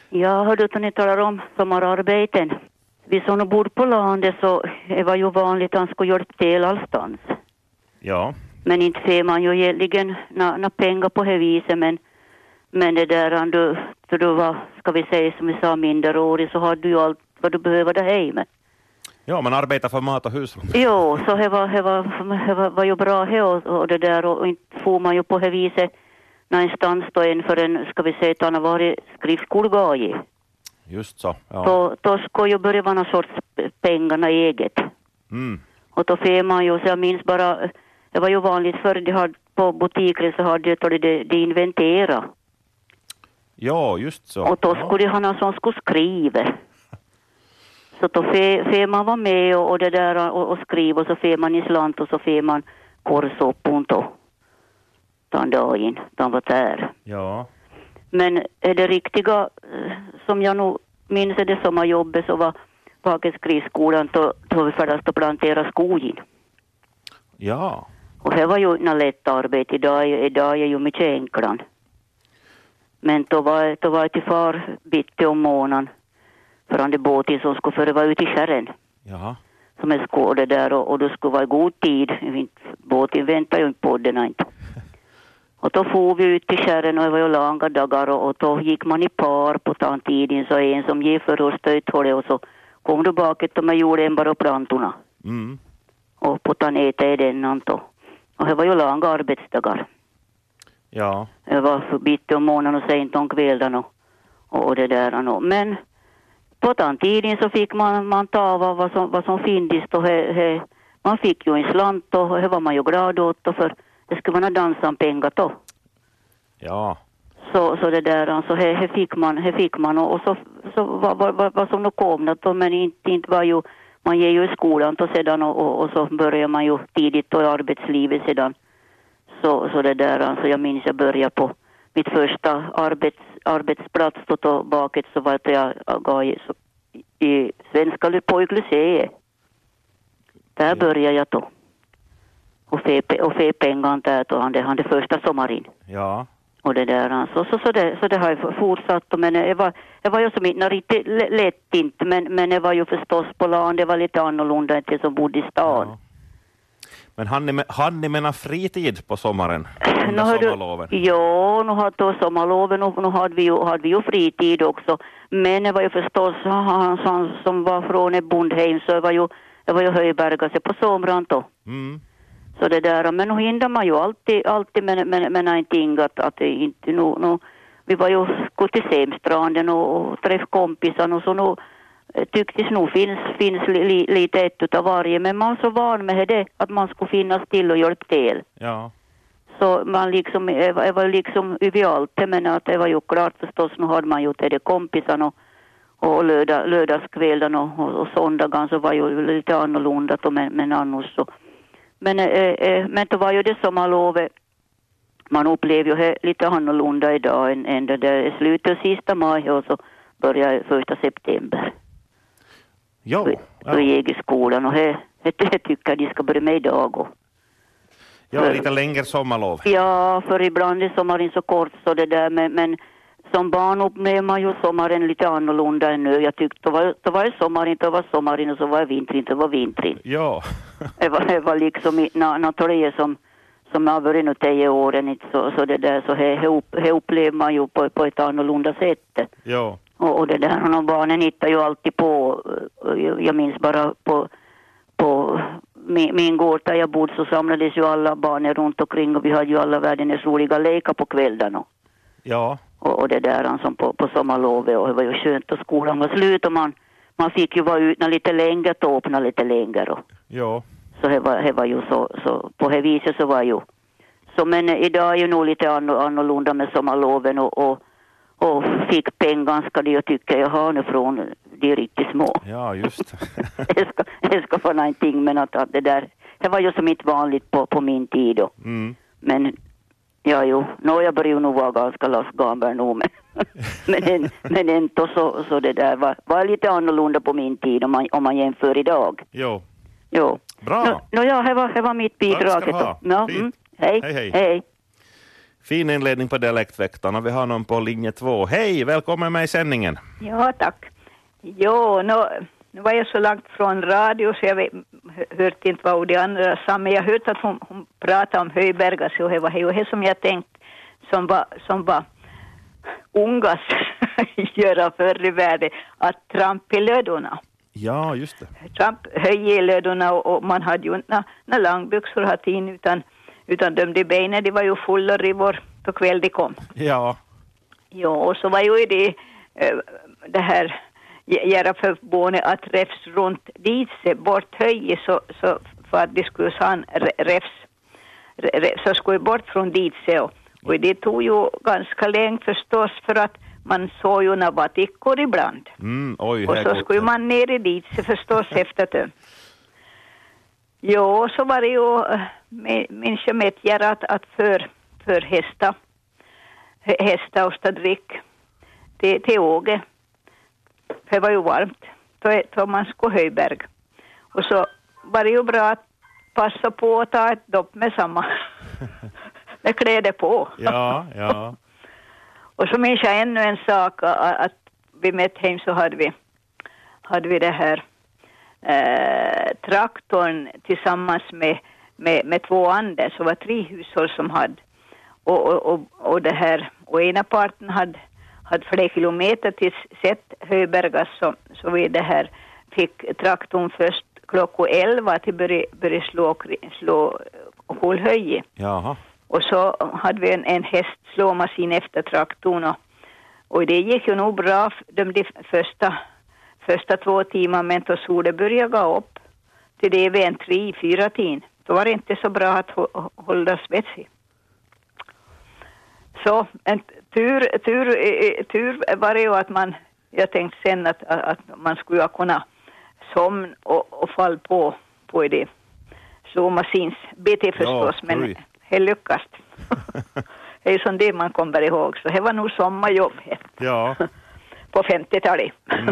Ja, hörde att ni talar om sommararbeten. Vi som bor på landet så det var ju vanligt att han skulle hjälpa till allstans. Ja. Men inte ser man ju egentligen några pengar på det viset. Men det där, du var, ska vi säga som vi sa, minderårig så har du ju allt vad du behöver där hemma. Ja, man arbetar för mat och husrum. Jo, så det var ju bra här och det där och inte får man ju på det viset någonstans då en för en, ska vi säga, att han har varit skriftskolegaji. Just så, ja. Då ska ju börja vara någon sorts pengarna eget. Mm. Och då får man ju, så jag minns bara, det var ju vanligt förr de hade på butiker så hade de inventera. Ja, just så. Och då skulle de ha någon som skulle skriva. Så då får man vara med och det där och skriva och så får man i slant och så får man korsoppon då. Den dagen de var där. Ja. Men är det riktiga, som jag nog minns är det sommarjobbet så var Pakeskriskolan då vi färdast att plantera skogen. Ja. Och det var ju inte lätt arbete, idag är ju mycket enklare. Men då var jag till far bitte om månaden för han det båten som skulle föra vara ute i skärren. Ja. Som är skåde där och då skulle vara god tid. Båten väntar ju inte på den inte. Och då får vi ut till skärren och det var ju långa dagar och då gick man i par på den tiden så en som ger för oss stöjthållet och så kom du bakåt och man gjorde en bara plantorna. Mm. Och på den äta den då. Och det var ju långa arbetsdagar. Ja. Det var för bitte om månaden och sent om kvällen och det där. Men på den tiden så fick man ta vad som finns och man fick ju en slant och det var man ju glad åt för det skulle vara dansa pengar då. Ja. Så det där, så här fick man och så vad som då kom då, men inte var ju, man ger ju i skolan och sedan och så börjar man ju tidigt då i arbetslivet sedan. Så det där, så jag minns jag började på mitt första arbetsplats då bakåt så var det jag gav i Svenska pojklycéet. Där började jag då. Och fe pengar där då han det första sommaren. Ja. Och det där så det har jag fortsatt men det var ju som inte riktigt lätt inte men det var ju förstås på land det var lite annorlunda än det som bodde i stan. Ja. Men hann ni mena fritid på sommaren? Nu sommarloven? Ja, nu hade då sommarloven och nu hade vi ju fritid också. Men det var ju förstås han som var från ett bondhem så det var ju Höjberga sig på somran då. Mm. Så det där, men nu hindrar man ju alltid med någonting att det inte nu vi var ju gå till Semstranden och träffa kompisar och så nu tycktes nog finns lite ett utav varje men man var så van med det att man skulle finnas till och hjälpa till. Ja. Så man liksom det var liksom överallt men att det var ju klart förstås nu hade man ju till det kompisarna och lördagskvällen och söndagen så var ju lite annorlunda då men annars så men det var ju det sommarlovet. Man upplever ju lite annorlunda idag än det där slutet sista maj och så börjar 1 september. Jo. Då gick i skolan och det tycker jag de ska börja med idag. Ja, lite längre sommarlov. Ja, för ibland är sommaren så kort så det där men som barn upplever man ju sommaren lite annorlunda än nu. Jag tyckte det var sommaren och så var vintern. Ja. det var liksom något som har varit nu 10 åren så det där så här upplever man ju på ett annorlunda sätt. Ja. Och det där och barnen hittar ju alltid på jag minns bara på min gård där jag bodde så samlades ju alla barnen runt omkring och vi hade ju alla världens roliga lekar på kvällarna. Ja. Och det där som på sommarlovet och det var ju skönt och skolan var slut och man fick ju vara ute lite längre och öppna lite längre. Ja. Så det var ju så på det viset så var ju så men idag är ju nog lite annorlunda med sommarloven och fick pengar ska det ju tycka jag har nu från de riktigt små. Ja, just. det ska få någonting men att det där det var ju som inte vanligt på min tid då. Mm. Men ja jo, jag börjar nog vara ganska lastgammal nu men inte så det där var lite annorlunda på min tid om man jämför idag. Jo. Bra. Ja, det var mitt bidrag. Ja, Hej. Fin inledning på Dialektväktarna. Vi har någon på linje 2. Hej, välkommen med i sändningen. Ja, tack. Jo, nu var jag så långt från radio så jag hörde inte vad de andra sa, men jag hörde att hon pratade om Höjberga, så det var ju som jag tänkt som var ungas göra förr i världen, att trampa i lödorna. Ja, just det. Tramp höj i lödorna, och man hade ju inte några långbyxor hatt in, utan de benen, de var ju fulla rivor på kväll de kom. Ja. Ja, och så var ju det här göra förbånet att räfs runt dit sig bort höj, så för att de skulle ha en räfs så skulle bort från dit sig, och det tog ju ganska länge förstås, för att man såg ju när var tickor ibland. Oj, och så skulle man ner i dit sig förstås efter det. Jo, så var det ju minns jag med att för hästa och stadrick till Åge. Det var ju varmt. Då man skulle Höjberg. Och så var det ju bra att passa på att ta ett dopp med samma. med kläder på. Ja. Och så minns jag ännu en sak, att vi med hem så hade vi det här traktorn tillsammans med två andra, så var 3 hushåll som hade, och det här, och ena parten hade flera kilometer till sett Höjbergas, så vi det här fick traktorn först klockan 11 till börja slå hålhöj. Jaha. Och så hade vi en hästslåmaskin efter traktorn, och det gick ju nog bra de första 2 timmar, men då solen började gå upp till det vid 3-4 timmar. Då var det inte så bra att hålla svetsig. Så en tur var det ju att jag tänkte sen att man skulle kunna somna och falla på det slåmaskins BT förstås, ja, men det lyckas. Det är som det man kommer ihåg, så det var nog sommarjobb här. Ja. På 50-talet.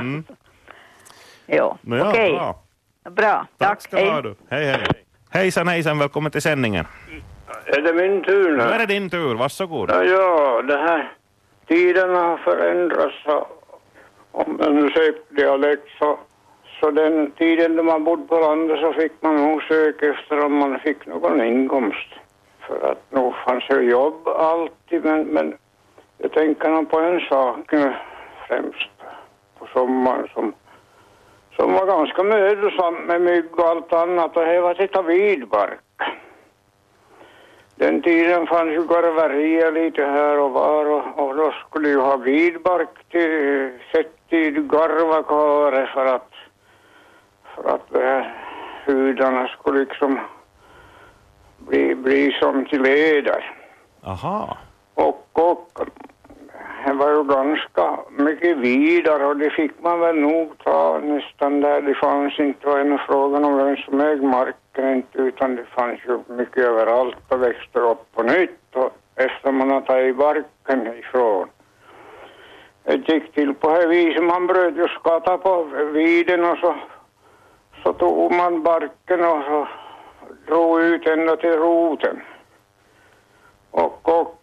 Ja, okej. Bra. Tack ska du ha du. Hej. Hejsan, välkommen till sändningen. Är det min tur nu? Nu är det din tur, varsågod. Ja, det här tiden har förändrats, om man söker dialekt, så den tiden då man bodde på landet så fick man nog söka efter om man fick någon inkomst. För att nog fanns ju jobb alltid, men jag tänker nog på en sak främst på sommaren som var ganska mödosamt med mygg och allt annat, och det var att ta vidbark. Den tiden fanns ju garverier lite här och var, och då skulle ju ha vidbark till sätt i garvakare för att de här hudarna skulle liksom bli som till leder. Aha. Och det var ju ganska mycket vidare, och det fick man väl nog ta nästan där. Det fanns inte en frågan om vem som ägde marken inte, utan det fanns ju mycket överallt och växte upp på nytt, och efter man har tagit barken ifrån. Det gick till på det viset, man bröt ju skatta på viden, och så tog man barken och så drog ut ända till roten. Och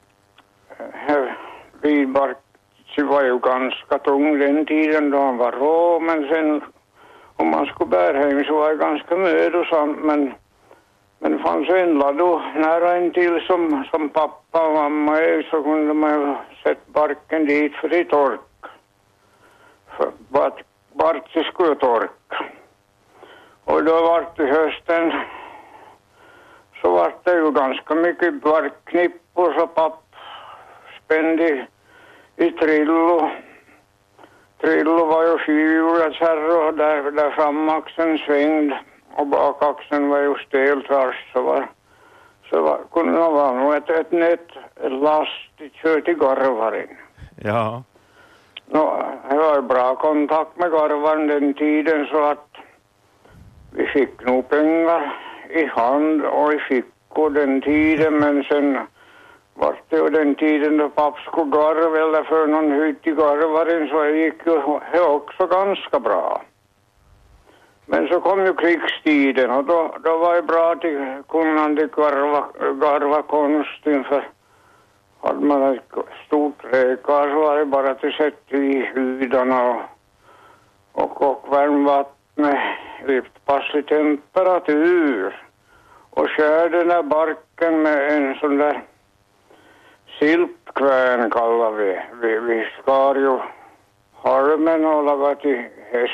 vidbark var ju ganska tung den tiden då han var rå, men sen om man skulle bära hem så var det ganska mödosamt, men fanns en laddo nära en till som pappa och mamma är, så kunde man ju sätta barken dit för det tork. För barken skulle torka. Och då var det hösten, så var det ju ganska mycket barkknippor, så pappa spände i Trillo. Trillo var ju fyrhjulad kärra, där framaxeln svängde och bakaxeln var ju steltrars, så kunde det vara nog ett nätt last kört i garvaren. Ja. Det var ju bra kontakt med garvaren den tiden, så att vi fick nog pengar i hand och i fickor den tiden, men sen var det ju den tiden då pappa skulle garva eller för någon hytt i garvaren, så gick ju det också ganska bra. Men så kom ju krigstiden, och då var det bra till kunnande garva konsten, hade man ett stort träkar så var det bara till sätt i hudarna och varmvattnet i passlig temperatur och skär den där barken med en sån där silpkvärn kallar vi. Vi skar ju halmen och lagade till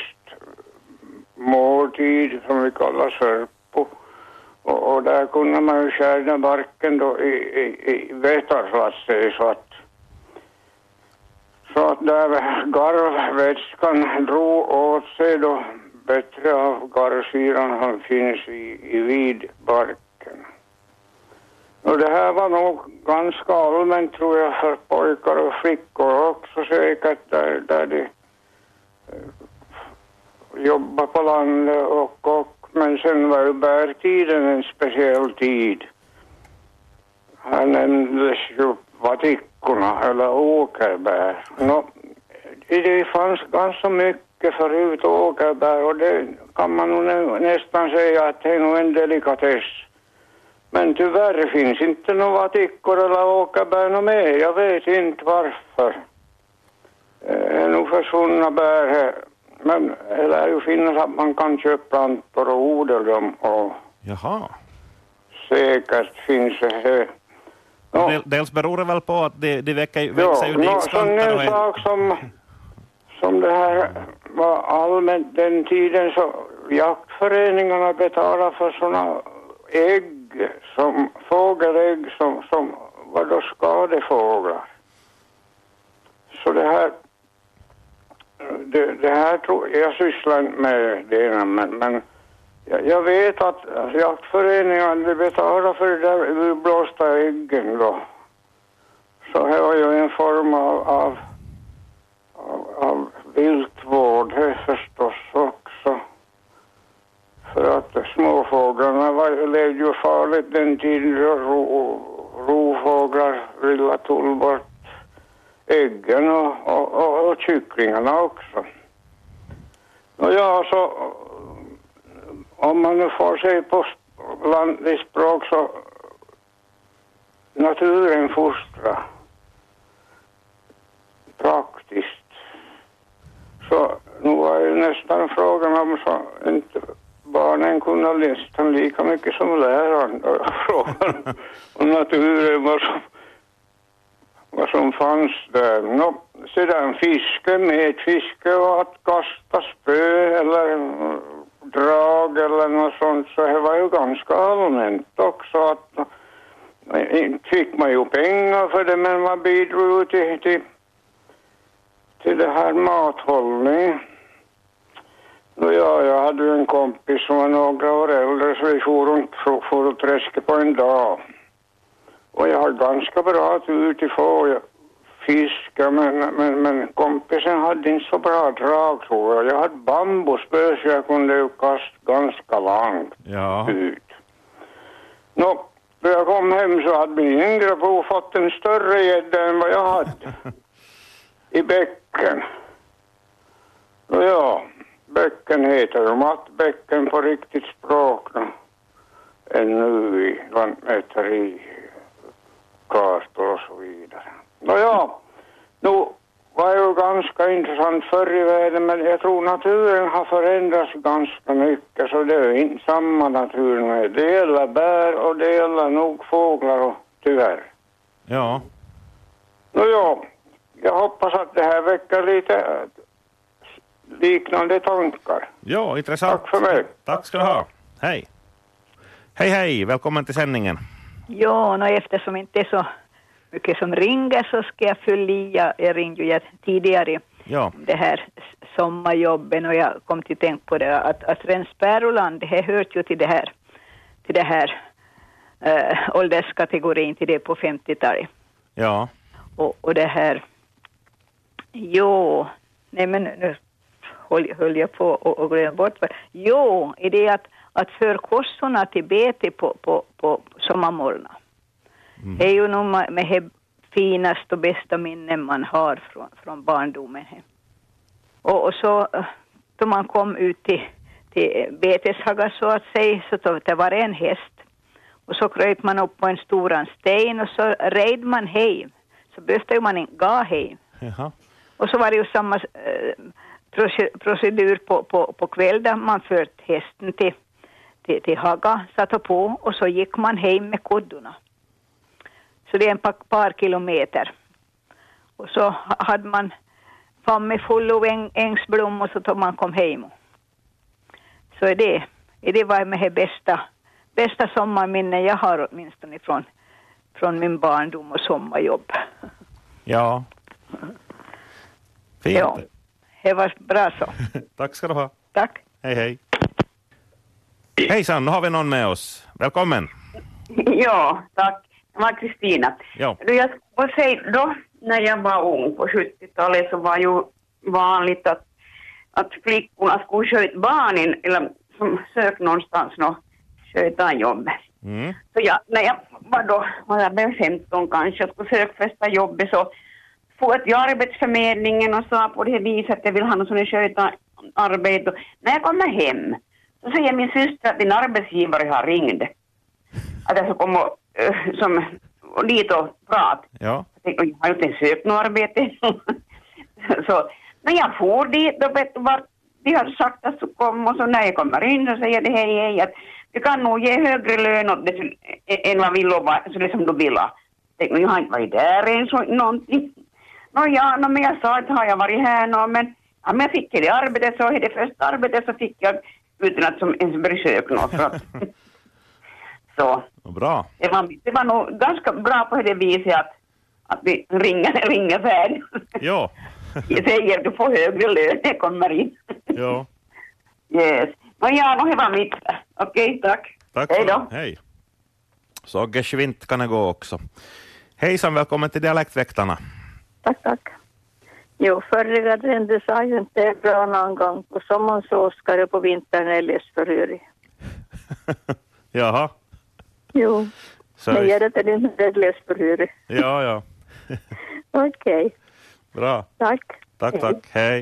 hästmåltid som vi kallar sörpo. Och där kunde man ju skära barken då i vetar så att säga så att där garvvätskan drog åt sig då bättre av garvsyran som finns i vidbarken. Och det här var nog ganska allmänt tror jag för pojkar och flickor också säkert där de jobbar på landet och men sen var ju bärtiden en speciell tid. Här nämndes ju vatickorna eller åkerbär. Det fanns ganska mycket förut åkerbär och det kan man nog nästan säga att det är nog en delikatess. Men tyvärr finns inte några vatickor eller åkerbär mer. Jag vet inte varför. Det är nog försvunna bär här. Men det lär ju finnas att man kan köpa plantor och odla dem och Jaha. säkert finns det här. No. Dels beror det väl på att det växer ju dikskanter och en sak som det här var allmänt den tiden så jaktföreningarna betalade för såna ägg som fågelägg som var då skadefåglar. Så det här tror jag sysslar med det men jag vet att jaktföreningarna betalar för det där blåsta äggen då. Så här var ju en form av viltvård här förstås också. För att småfåglarna levde ju farligt den tiden rovfåglar ville tulla bort äggen och kycklingarna också. Och ja, så om man nu får se på landligt språk så naturen fostrar praktiskt. Så nu var ju nästan frågan om så inte barnen kunde nästan lika mycket som läraren. Frågan om naturen vad som fanns där. Sedan fiske med ett fiske och att kasta spö eller drag eller något sånt så det var ju ganska allmänt också att inte fick man ju pengar för det men man bidrog till det här mathållningen. Och ja, jag hade ju en kompis som var några år äldre så vi for och träska på en dag. Och jag har ganska bra tur till få fiska men kompisen hade inte så bra drag tror jag. Jag hade bambuspö så jag kunde ju kasta ganska långt ut. När jag kom hem så hade min yngre bror fått en större gädda än vad jag hade i bäcken. Och ja, bäcken heter ju mattbäcken på riktigt språk ännu i lantmäteri. Kartor och så vidare. Nu var ju ganska intressant förr i världen men jag tror naturen har förändrats ganska mycket så det är inte samma natur med. Det gäller bär och det gäller nog fåglar och tyvärr. Ja. Jag hoppas att det här väcker lite liknande tankar. Ja, intressant. Tack för mig. Tack ska du ha. Hej. Hej, välkommen till sändningen. Ja, eftersom inte är så mycket som ringer så ska jag fylla i. Jag ringde ju tidigare det här sommarjobben och jag kom till tänk på det att Renspäroland, det hört ju till det här ålderskategorin till det på 50-talet. Ja. Och det här nu höll jag på och glömde bort. Är det att för korsorna till bete på sommarmorgnar. Det är ju nog med det finaste och bästa minnen man har från barndomen. Och så då man kom ut till beteshaga så att säga så det var en häst. Och så kröp man upp på en stor sten och så red man hem så behövde man inte gå hem. Jaha. Och så var det ju samma procedur på kväll där man fört hästen till Haga, satt på och så gick man hem med kuddorna. Så det är en par kilometer. Och så hade man fammi full av ängsblom och så tog man kom hem. Så är det var med det bästa sommarminne jag har åtminstone från min barndom och sommarjobb. Ja. Fint. Ja, det var bra så. Tack ska du ha. Tack. Hej, hej. Hejsan, nu har vi någon med oss. Välkommen. Ja, tack. Det var Kristina. Ja. Jag får säga då, när jag var ung på 70-talet så var ju vanligt att flickorna skulle sköta barnen eller som sökte någonstans och sköta jobbet. Mm. Så när jag var jag 15 kanske och skulle söka första jobbet så får jag till arbetsförmedlingen och sa på det här viset att jag vill ha någon som sköta arbete. När jag kommer hem så säger min syster att din arbetsgivare har ringt. Att jag ska komma dit och prata. Ja. Jag tänkte, jag har ju inte sökt något arbete. Så när jag får dit och vet du vad de har sagt att så kom och så när jag kommer in så säger de hej att du kan nog ge högre lön åt det än vad vi lovar, så det som du vill ha. Jag tänkte, jag har inte varit där än så någonting. Men jag sa att har jag varit här men jag fick det arbetet så det första arbetet så fick jag utan att som ens börja söka något. Så Bra. Det var nog ganska bra på det viset att vi ringer färdigt. Ja. Jag säger du får högre lön när jag kommer in. Ja. Yes. Men ja, det var mitt. Okej, tack. Tack Hej så. då. Hej. Så geschwint kan det gå också. Hejsan, välkommen till Dialektväktarna. Tack. Jo, förra adventen sa ju inte bra någon gång. På sommaren så ska det på vintern är läsförhör. Jaha. Jo, Så men jag är inte läsförhör. Ja. Okej. Bra. Tack. Tack. Hej.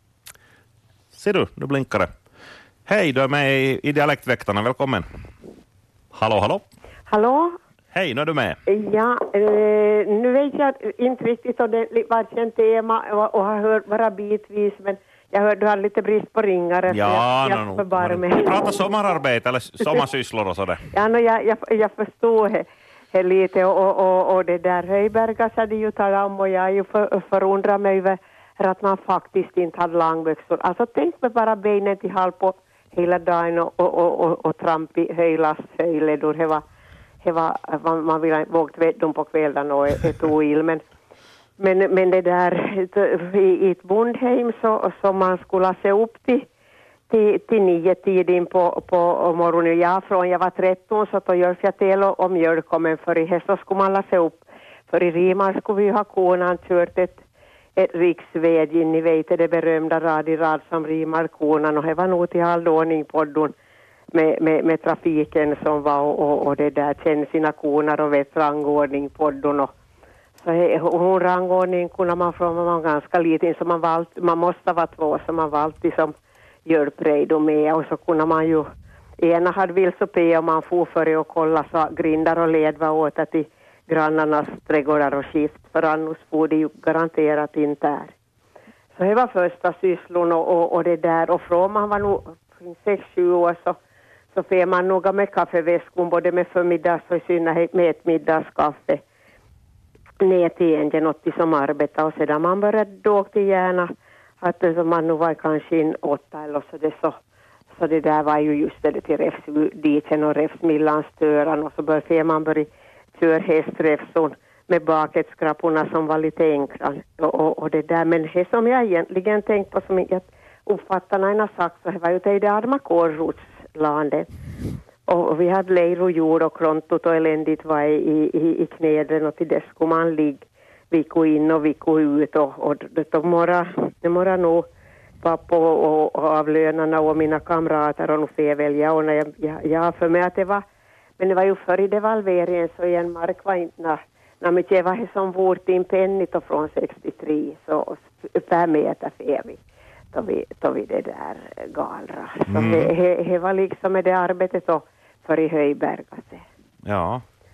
Ser du, nu blinkar det. Hej, du är med i Dialektväktarna. Välkommen. Hallå. Hallå? Hej, nu är du med. Ja, nu vet jag inte riktigt om det var ett tema och har hört bara bitvis, men jag hörde du har lite brist på ringare. Ja, jag prata sommararbete eller sommarsysslor och sådär. Ja, jag förstår det lite och det där Höjbergas hade ju talat om och jag ju förundrar mig över att man faktiskt inte hade långväxor. Alltså tänk mig bara benen till halv på hela dagen och tramp i höjlasshöjledor. Man vill inte vågt dem på kvällen och ett oil. Men det där i ett bondhem så man skulle se upp till 9-tiden på morgonen. Jag var 13 så då gör jag till och mjölk men för i höst så skulle man se upp. För i Rimar skulle vi ha konan kört ett riksväg in, ni vet det berömda rad som Rimar konan och det var nog till halvordning på den med trafiken som var och det där kände sina konar och vet rangordning på den och så hon rangordning kunde man från man var ganska liten så man måste vara två så man var alltid som hjälpredo med och så kunde man ju ena hade vilsopé och man får för att kolla så grindar och led var åt att i grannarnas trädgårdar och skift för annars får det ju garanterat inte här. Så det var första sysslon och det där och från man var nog 6-7 år så får man noga med kaffeväskon både med förmiddags och i synnerhet med ett middagskaffe ner till en något som arbetar och sedan man började då till gärna att man nu var kanske 8 eller så det där var ju just det till räfsdiken och räfsmillanstöran och så började man börja köra hästräfson med baketskrapporna som var lite enkla och det där men det som jag egentligen tänkt på som jag uppfattarna har sagt så det var ju det arma kårrotslandet och vi hade leir och jord och klontot och eländigt var i knäden och till det skulle man ligga vecko in och vecko ut och det mora nog pappa och avlönarna och mina kamrater och nog får välja och när jag för mig att det var men det var ju förr i devalveringen så en mark var inte när mycket var det som vårt in pennigt och från 63 så per meter för vi då vi det där galra. Så det var liksom med det arbetet och för i Höjberg. Ja.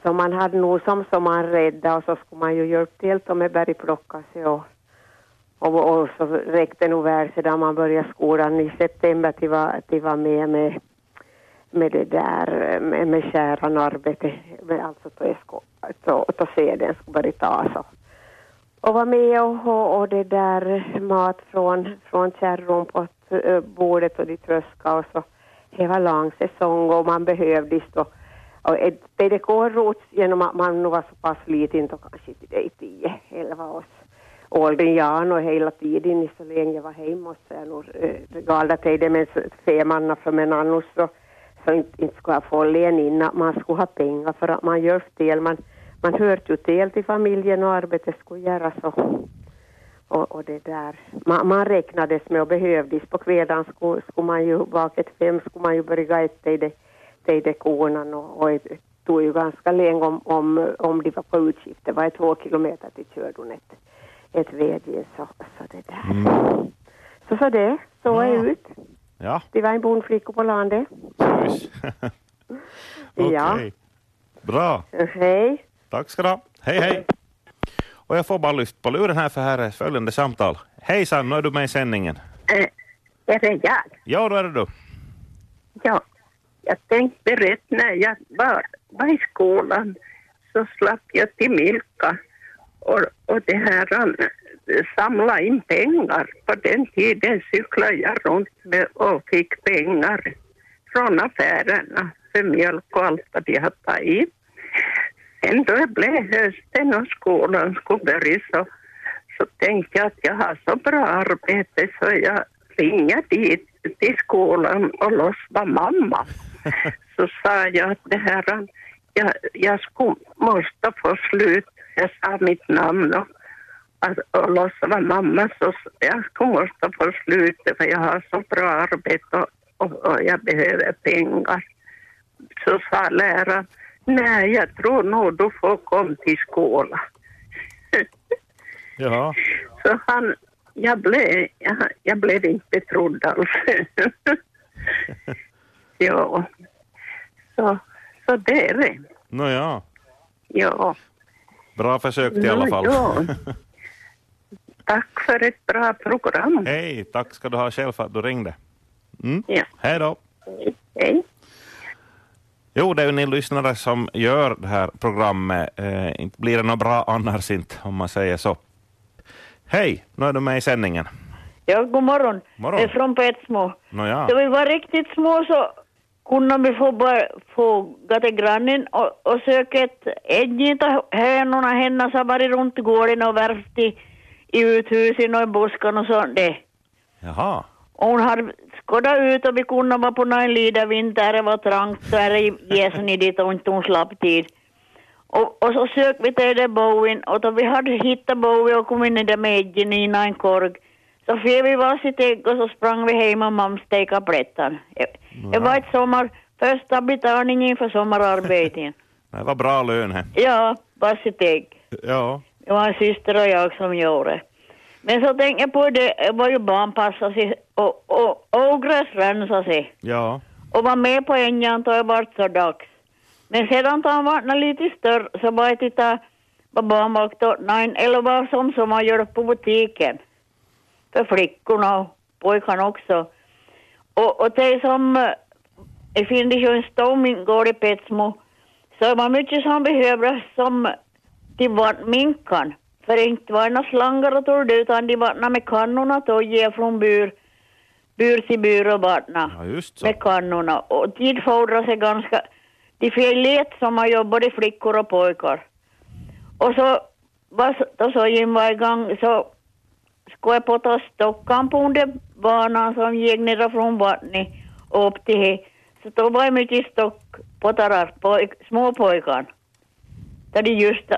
Så man hade nog som man rädda och så skulle man ju hjälpa till och med bergplocka sig och så räckte nog väl sedan man började skolan i september till var med det där med käran arbete alltså då seden skulle börja ta så. Och var med och det där mat från kärron på bordet och de tröska och så. Det var lång säsong och man behövdes då. Och det går rots genom att man nu var så pass liten och kanske till det 10-11 års åldern. Ja, och hela tiden så länge jag var hemma och så jag nog galda till det med 5 manna från en annan så inte skulle jag få len in att man skulle ha pengar för att man gör fel. Man hört ju till familjen och arbetet skulle göra så. Och det där. Man räknades med och behövdes. På kvällen skulle man ju vaket 5 skulle man ju börja äta det konan och det tog ju ganska länge om de var på utskift. Det var 2 kilometer till körden ett väg så det där. Så är ut. Ja. Det var en bondflicka på landet. Ja. Okej. Bra. Hej. Tack ska du ha. Hej. Och jag får bara lyft på luren här för här är följande samtal. Hejsan, nu är du med i sändningen. Är det jag? Ja, då är det du. Ja, jag tänkte berätta när jag var i skolan så slapp jag till Milka och det här samla in pengar. På den tiden cyklade jag runt med och fick pengar från affärerna för mjölk och allt vad de hade tagit. Sen då jag blev hösten och skolan skulle börja så tänkte jag att jag har så bra arbete så jag ringer dit till skolan och låtsas mamma. Så sa jag att det här, jag måste få slut. Jag sa mitt namn och låtsas mamma så jag måste få slut för jag har så bra arbete och jag behöver pengar. Så sa läraren, nej jag tror nog du får komma till skolan. Ja. Så jag blev inte betrodd alls. Ja. Så det är det. Nåja. Ja. Bra försökt i alla fall. Ja. Tack för ett bra program. Hej, tack ska du ha själv för att du ringde. Ja. Hej då. Hej. Jo, det är ju ni lyssnare som gör det här programmet. Inte blir det något bra annars inte, om man säger så. Hej, nu är du med i sändningen. Ja, god morgon. Morgon. Det är från Petsmo. Nåja. Då vi var riktigt små så kunde vi få gå till grannen och söka ett ägg av hönorna. Hennes har varit runt gården och värft i uthusen och i buskarna och sånt. Jaha. Och hon hade skådat ut och vi kunde vara på någon lida vinter. Det var trangt så här i jäsen i dit och inte hon slapp tid. Och så sökte vi till det bowen och då vi hade hittat bowen och kom in i det med äggen i en korg. Så fick vi varsitt ägg och så sprang vi hem och mamma stekade plättan. Det var ett första betalningen för sommararbeten. Det var bra lön här. Ja, varsitt ägg. Ja. Det var en syster och jag som gjorde. Men så tänkte jag på det var ju barnpassa sig och ogräs rensa sig. Ja. Och var med på en och det var så dags. Men sedan tar han lite större så bara titta vad barnvakt och eller vad som man gör på butiken. För flickorna och pojkarna också. Och det som det finns ju en stor går i Petsmo så man mycket som behöver som till minkan. För inte var några slangar och tog det utan de vattnade med kannorna och ge från bur till bur och vattna. Ja, just så. Med kannorna. Och tid fordrar sig ganska de fel let som man jobbar både flickor och pojkar. Och så så Jim var igång så skulle jag på ta stockan på under banan som gick ner från vattnet och upp till här. Så då var det mycket stock på tarar på små pojkar. Där de just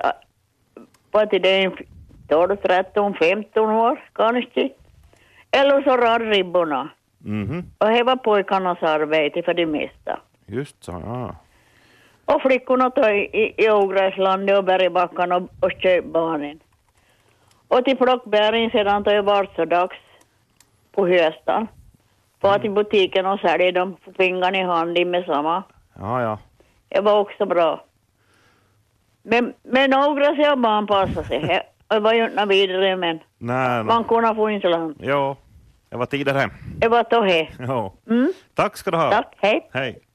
var till det 12, 13, 15 år kanske. Eller så ribborna. Och det var pojkarnas arbete för det mesta. Just så, ja. Och flickorna tog i ogräslandet och bergbackarna och köp barnen. Och till plockbären sedan tog jag vart så dags på höstan. På till butiken och sälja dem fingrarna i handen med samma. Ja. Det var också bra. Men några ser man passa sig. Det var ju inte vidare, men Nej, man kunde få in till land. Jo, det var tidigare. Det var då här. Jo. Tack ska du ha. Tack, hej. Hej.